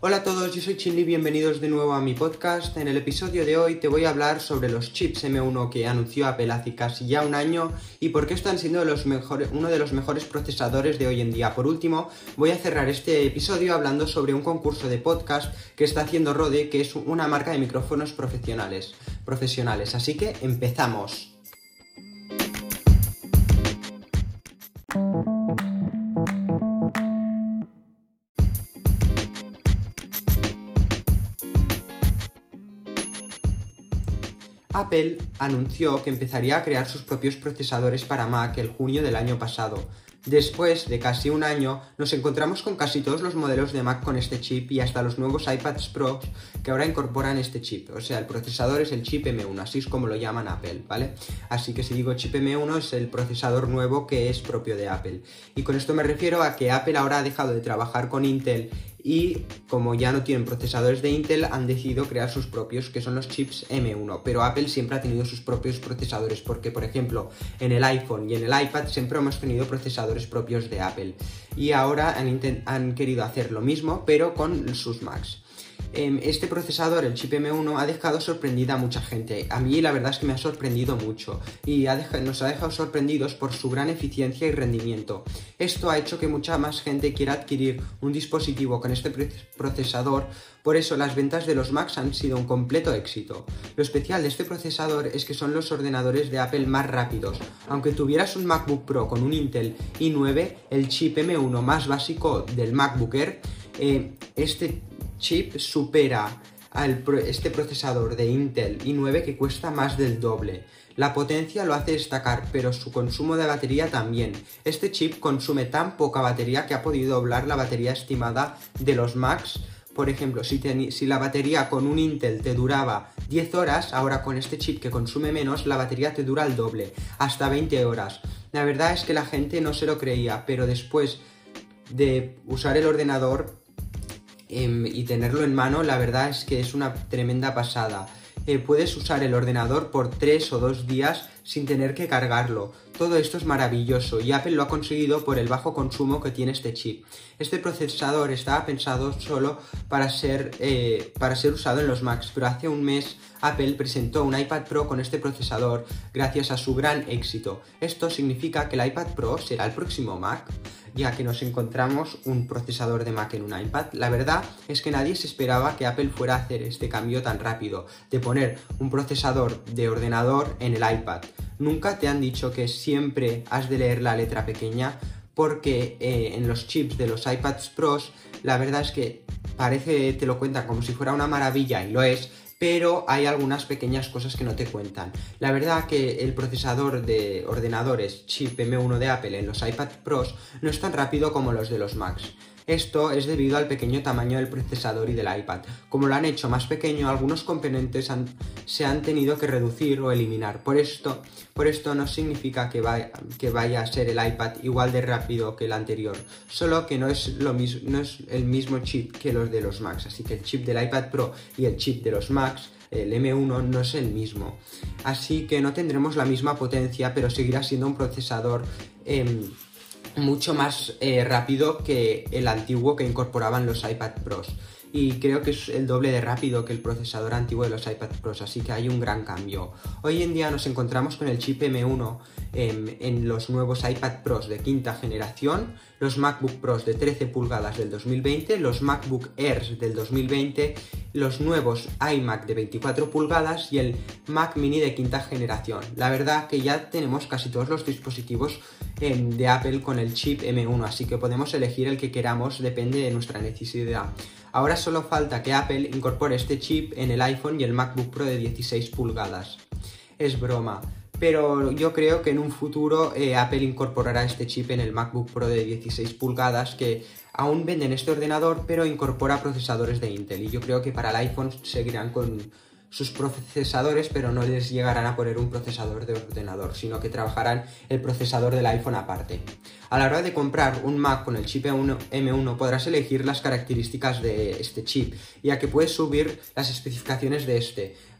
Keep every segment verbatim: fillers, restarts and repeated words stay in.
Hola a todos, yo soy Chinli, bienvenidos de nuevo a mi podcast. En el episodio de hoy te voy a hablar sobre los chips eme uno que anunció Apple hace casi ya un año y por qué están siendo los mejores, uno de los mejores procesadores de hoy en día. Por último, voy a cerrar este episodio hablando sobre un concurso de podcast que está haciendo Rode, que es una marca de micrófonos profesionales. profesionales. Así que empezamos. Apple anunció que empezaría a crear sus propios procesadores para Mac el junio del año pasado. Después de casi un año, nos encontramos con casi todos los modelos de Mac con este chip y hasta los nuevos iPads Pro que ahora incorporan este chip. O sea, el procesador es el chip eme uno, así es como lo llaman Apple, ¿vale? Así que si digo chip eme uno es el procesador nuevo que es propio de Apple. Y con esto me refiero a que Apple ahora ha dejado de trabajar con Intel y como ya no tienen procesadores de Intel, han decidido crear sus propios, que son los chips eme uno. Pero Apple siempre ha tenido sus propios procesadores, porque por ejemplo en el iPhone y en el iPad siempre hemos tenido procesadores propios de Apple. Y ahora han, han querido hacer lo mismo, pero con sus Macs. Este procesador, el chip eme uno, ha dejado sorprendida a mucha gente. A mí la verdad es que me ha sorprendido mucho y ha dejado, nos ha dejado sorprendidos por su gran eficiencia y rendimiento. Esto ha hecho que mucha más gente quiera adquirir un dispositivo con este procesador, por eso las ventas de los Macs han sido un completo éxito. Lo especial de este procesador es que son los ordenadores de Apple más rápidos. Aunque tuvieras un MacBook Pro con un Intel i nueve, el chip eme uno más básico del MacBook Air, eh, este chip supera al pro este procesador de Intel i nueve, que cuesta más del doble. La potencia lo hace destacar, pero su consumo de batería también. Este chip consume tan poca batería que ha podido doblar la batería estimada de los Macs. Por ejemplo, si, si la batería con un Intel te duraba diez horas, ahora con este chip que consume menos, la batería te dura el doble, hasta veinte horas. La verdad es que la gente no se lo creía, pero después de usar el ordenador eh, y tenerlo en mano, la verdad es que es una tremenda pasada. Eh, puedes usar el ordenador por tres o dos días sin tener que cargarlo. Todo esto es maravilloso y Apple lo ha conseguido por el bajo consumo que tiene este chip. Este procesador estaba pensado solo para ser, eh, para ser usado en los Macs, pero hace un mes Apple presentó un iPad Pro con este procesador gracias a su gran éxito. Esto significa que el iPad Pro será el próximo Mac, ya que nos encontramos un procesador de Mac en un iPad. La verdad es que nadie se esperaba que Apple fuera a hacer este cambio tan rápido, de poner un procesador de ordenador en el iPad. Nunca te han dicho que siempre has de leer la letra pequeña, porque eh, en los chips de los iPads Pros, la verdad es que parece, te lo cuentan como si fuera una maravilla, y lo es, pero hay algunas pequeñas cosas que no te cuentan. La verdad que el procesador de ordenadores chip eme uno de Apple en los iPad Pros no es tan rápido como los de los Macs. Esto es debido al pequeño tamaño del procesador y del iPad. Como lo han hecho más pequeño, algunos componentes han, se han tenido que reducir o eliminar. Por esto, por esto no significa que vaya, que vaya a ser el iPad igual de rápido que el anterior, solo que no es, lo mis, no es el mismo chip que los de los Macs. Así que el chip del iPad Pro y el chip de los Macs, el eme uno, no es el mismo. Así que no tendremos la misma potencia, pero seguirá siendo un procesador Eh, mucho más eh, rápido que el antiguo que incorporaban los iPad Pros, y creo que es el doble de rápido que el procesador antiguo de los iPad Pros, así que hay un gran cambio. Hoy en día nos encontramos con el chip eme uno eh, en los nuevos iPad Pros de quinta generación, los MacBook Pros de trece pulgadas del dos mil veinte, los MacBook Airs del dos mil veinte, los nuevos iMac de veinticuatro pulgadas y el Mac Mini de quinta generación. La verdad que ya tenemos casi todos los dispositivos eh, de Apple con el chip eme uno, así que podemos elegir el que queramos, depende de nuestra necesidad. Ahora solo falta que Apple incorpore este chip en el iPhone y el MacBook Pro de dieciséis pulgadas. Es broma, pero yo creo que en un futuro eh, Apple incorporará este chip en el MacBook Pro de dieciséis pulgadas, que aún venden este ordenador, pero incorpora procesadores de Intel, y yo creo que para el iPhone seguirán con sus procesadores, pero no les llegarán a poner un procesador de ordenador, sino que trabajarán el procesador del iPhone aparte. A la hora de comprar un Mac con el chip eme uno podrás elegir las características de este chip, ya que puedes subir las especificaciones de este.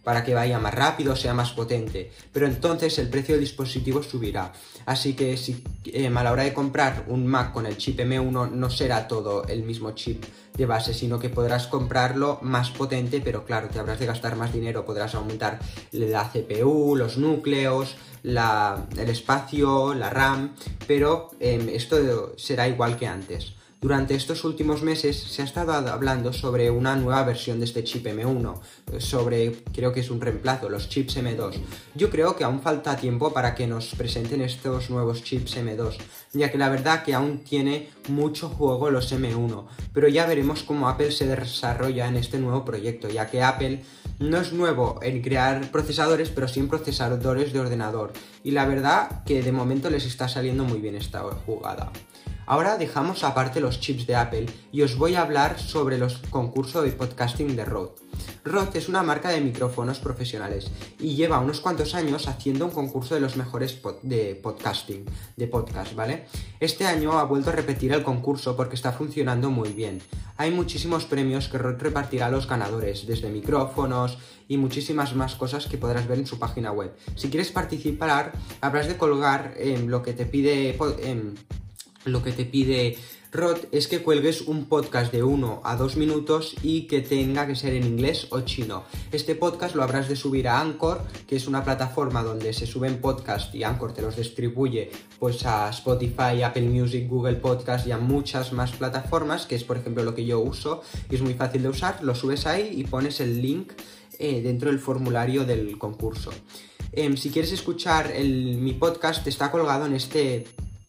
para que vaya más rápido, sea más potente, pero entonces el precio del dispositivo subirá. Así que si eh, a la hora de comprar un Mac con el chip M uno no será todo el mismo chip de base, sino que podrás comprarlo más potente, pero claro, te habrás de gastar más dinero, podrás aumentar la C P U, los núcleos, la, el espacio, la RAM, pero eh, esto será igual que antes. Durante estos últimos meses se ha estado hablando sobre una nueva versión de este chip M uno, sobre, creo que es un reemplazo, los chips M dos. Yo creo que aún falta tiempo para que nos presenten estos nuevos chips M dos, ya que la verdad que aún tiene mucho juego los M uno, pero ya veremos cómo Apple se desarrolla en este nuevo proyecto, ya que Apple no es nuevo en crear procesadores, pero sí en procesadores de ordenador, y la verdad que de momento les está saliendo muy bien esta jugada. Ahora dejamos aparte los chips de Apple y os voy a hablar sobre los concursos de podcasting de Rode. Rode es una marca de micrófonos profesionales y lleva unos cuantos años haciendo un concurso de los mejores pod de podcasting, de podcast, ¿vale? Este año ha vuelto a repetir el concurso porque está funcionando muy bien. Hay muchísimos premios que Rode repartirá a los ganadores, desde micrófonos y muchísimas más cosas que podrás ver en su página web. Si quieres participar, habrás de colgar eh, lo que te pide... Eh, Lo que te pide Rode es que cuelgues un podcast de uno a dos minutos y que tenga que ser en inglés o chino. Este podcast lo habrás de subir a Anchor, que es una plataforma donde se suben podcasts y Anchor te los distribuye pues a Spotify, Apple Music, Google Podcast y a muchas más plataformas, que es por ejemplo lo que yo uso y es muy fácil de usar. Lo subes ahí y pones el link eh, dentro del formulario del concurso. Eh, si quieres escuchar el, mi podcast, está colgado en este...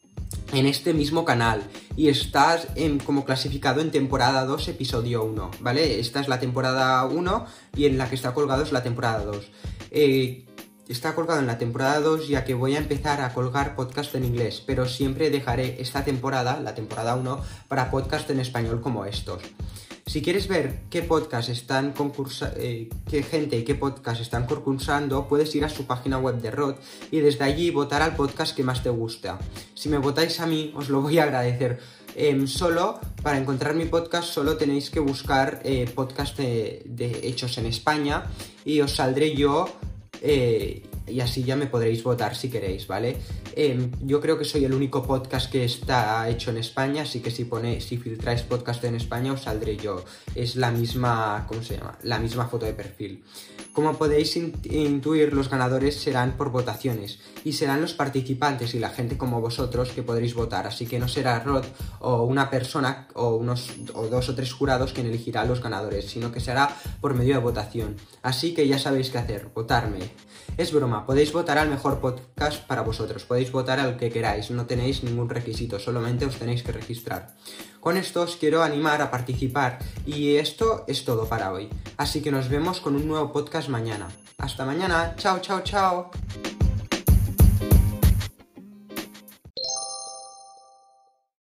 en este mismo canal y estás en, como clasificado en temporada dos, episodio uno, ¿vale? Esta es la temporada uno y en la que está colgado es la temporada dos. Eh, está colgado en la temporada dos ya que voy a empezar a colgar podcast en inglés, pero siempre dejaré esta temporada, la temporada uno, para podcast en español como estos. Si quieres ver qué podcast están concursa eh, qué gente y qué podcast están concursando, puedes ir a su página web de Rode y desde allí votar al podcast que más te gusta. Si me votáis a mí, os lo voy a agradecer. Eh, solo, para encontrar mi podcast, solo tenéis que buscar eh, podcast de, de hechos en España y os saldré yo... Eh, y así ya me podréis votar si queréis, ¿vale? Eh, yo creo que soy el único podcast que está hecho en España, así que si ponéis, si filtráis podcast en España os saldré yo. Es la misma, ¿cómo se llama? La misma foto de perfil. Como podéis intuir, los ganadores serán por votaciones y serán los participantes y la gente como vosotros que podréis votar, así que no será Rode o una persona o unos o dos o tres jurados quien elegirá a los ganadores, sino que será por medio de votación. Así que ya sabéis qué hacer, votarme. Es broma, podéis votar al mejor podcast para vosotros, podéis votar al que queráis, no tenéis ningún requisito, solamente os tenéis que registrar. Con esto os quiero animar a participar y esto es todo para hoy. Así que nos vemos con un nuevo podcast mañana. Hasta mañana, chao, chao, chao.